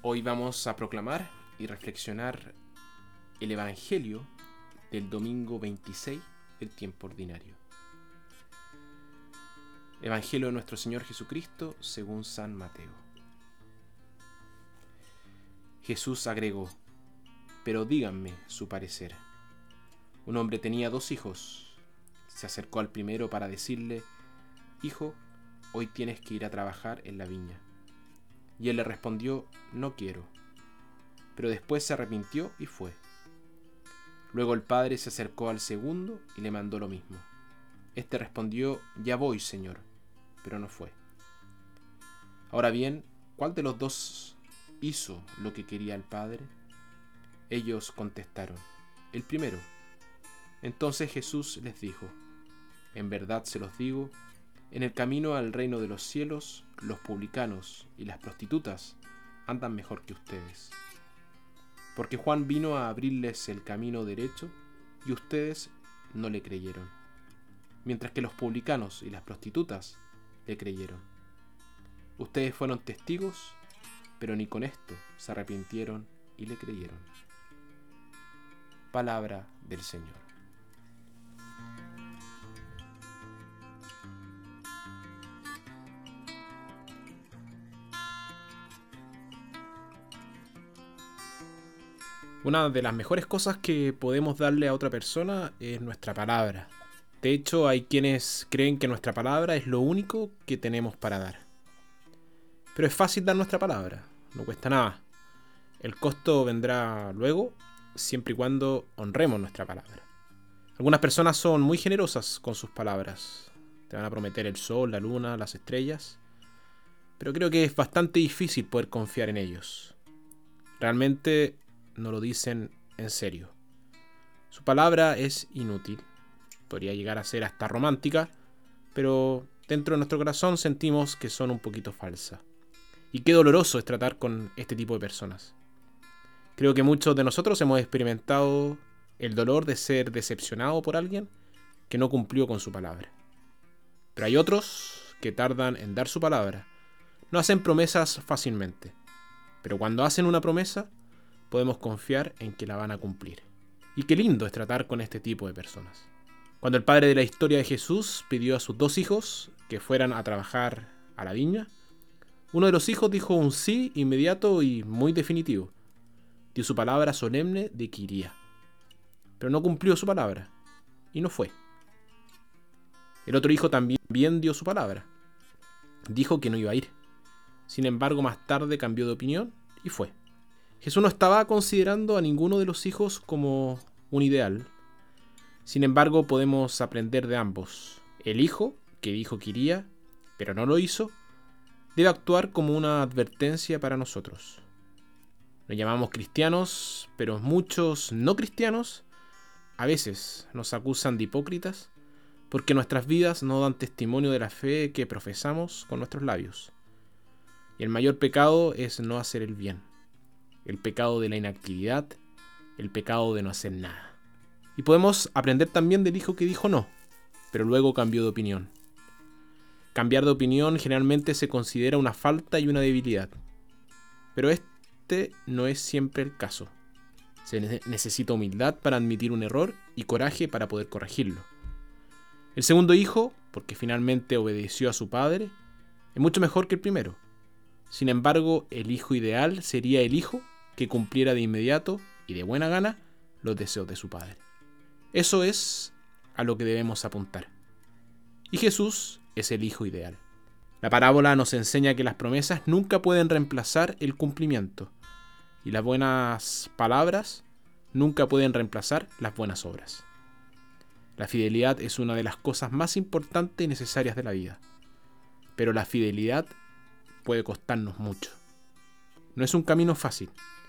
Hoy vamos a proclamar y reflexionar el Evangelio del domingo 26 del tiempo ordinario. Evangelio de nuestro Señor Jesucristo según San Mateo. Jesús agregó: pero díganme su parecer. Un hombre tenía 2 hijos. Se acercó al primero para decirle: hijo, hoy tienes que ir a trabajar en la viña. Y él le respondió: no quiero. Pero después se arrepintió y fue. Luego el padre se acercó al segundo y le mandó lo mismo. Este respondió: ya voy, señor, pero no fue. Ahora bien, ¿cuál de los 2 hizo lo que quería el padre? Ellos contestaron: el primero. Entonces Jesús les dijo: en verdad se los digo, en el camino al reino de los cielos, los publicanos y las prostitutas andan mejor que ustedes. Porque Juan vino a abrirles el camino derecho y ustedes no le creyeron, mientras que los publicanos y las prostitutas le creyeron. Ustedes fueron testigos, pero ni con esto se arrepintieron y le creyeron. Palabra del Señor. Una de las mejores cosas que podemos darle a otra persona es nuestra palabra. De hecho, hay quienes creen que nuestra palabra es lo único que tenemos para dar. Pero es fácil dar nuestra palabra, no cuesta nada. El costo vendrá luego, siempre y cuando honremos nuestra palabra. Algunas personas son muy generosas con sus palabras. Te van a prometer el sol, la luna, las estrellas. Pero creo que es bastante difícil poder confiar en ellos. Realmente no lo dicen en serio. Su palabra es inútil. Podría llegar a ser hasta romántica, pero dentro de nuestro corazón sentimos que son un poquito falsas. Y qué doloroso es tratar con este tipo de personas. Creo que muchos de nosotros hemos experimentado el dolor de ser decepcionado por alguien que no cumplió con su palabra. Pero hay otros que tardan en dar su palabra. No hacen promesas fácilmente, pero cuando hacen una promesa, podemos confiar en que la van a cumplir. Y qué lindo es tratar con este tipo de personas. Cuando el padre de la historia de Jesús pidió a sus 2 hijos que fueran a trabajar a la viña, uno de los hijos dijo un sí inmediato y muy definitivo. Dio su palabra solemne de que iría. Pero no cumplió su palabra y no fue. El otro hijo también dio su palabra. Dijo que no iba a ir. Sin embargo, más tarde cambió de opinión y fue. Jesús no estaba considerando a ninguno de los hijos como un ideal. Sin embargo, podemos aprender de ambos. El hijo, que dijo que iría, pero no lo hizo, debe actuar como una advertencia para nosotros. Nos llamamos cristianos, pero muchos no cristianos a veces nos acusan de hipócritas porque nuestras vidas no dan testimonio de la fe que profesamos con nuestros labios. Y el mayor pecado es no hacer el bien. El pecado de la inactividad, el pecado de no hacer nada. Y podemos aprender también del hijo que dijo no, pero luego cambió de opinión. Cambiar de opinión generalmente se considera una falta y una debilidad, pero este no es siempre el caso. Se necesita humildad para admitir un error y coraje para poder corregirlo. El segundo hijo, porque finalmente obedeció a su padre, es mucho mejor que el primero. Sin embargo, el hijo ideal sería el hijo que cumpliera de inmediato y de buena gana los deseos de su padre. Eso es a lo que debemos apuntar. Y Jesús es el hijo ideal. La parábola nos enseña que las promesas nunca pueden reemplazar el cumplimiento y las buenas palabras nunca pueden reemplazar las buenas obras. La fidelidad es una de las cosas más importantes y necesarias de la vida, pero la fidelidad puede costarnos mucho. No es un camino fácil.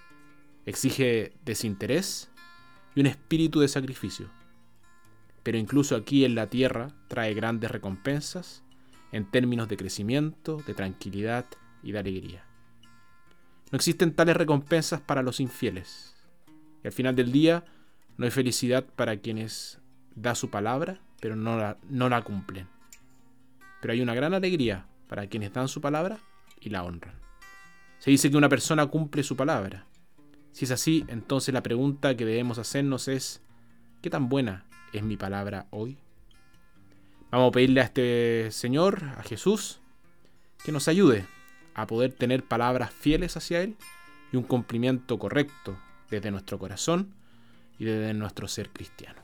Exige desinterés y un espíritu de sacrificio. Pero incluso aquí en la tierra trae grandes recompensas en términos de crecimiento, de tranquilidad y de alegría. No existen tales recompensas para los infieles. Y al final del día no hay felicidad para quienes da su palabra, pero no la cumplen. Pero hay una gran alegría para quienes dan su palabra y la honran. Se dice que una persona cumple su palabra. Si es así, entonces la pregunta que debemos hacernos es: ¿qué tan buena es mi palabra hoy? Vamos a pedirle a este Señor, a Jesús, que nos ayude a poder tener palabras fieles hacia Él y un cumplimiento correcto desde nuestro corazón y desde nuestro ser cristiano.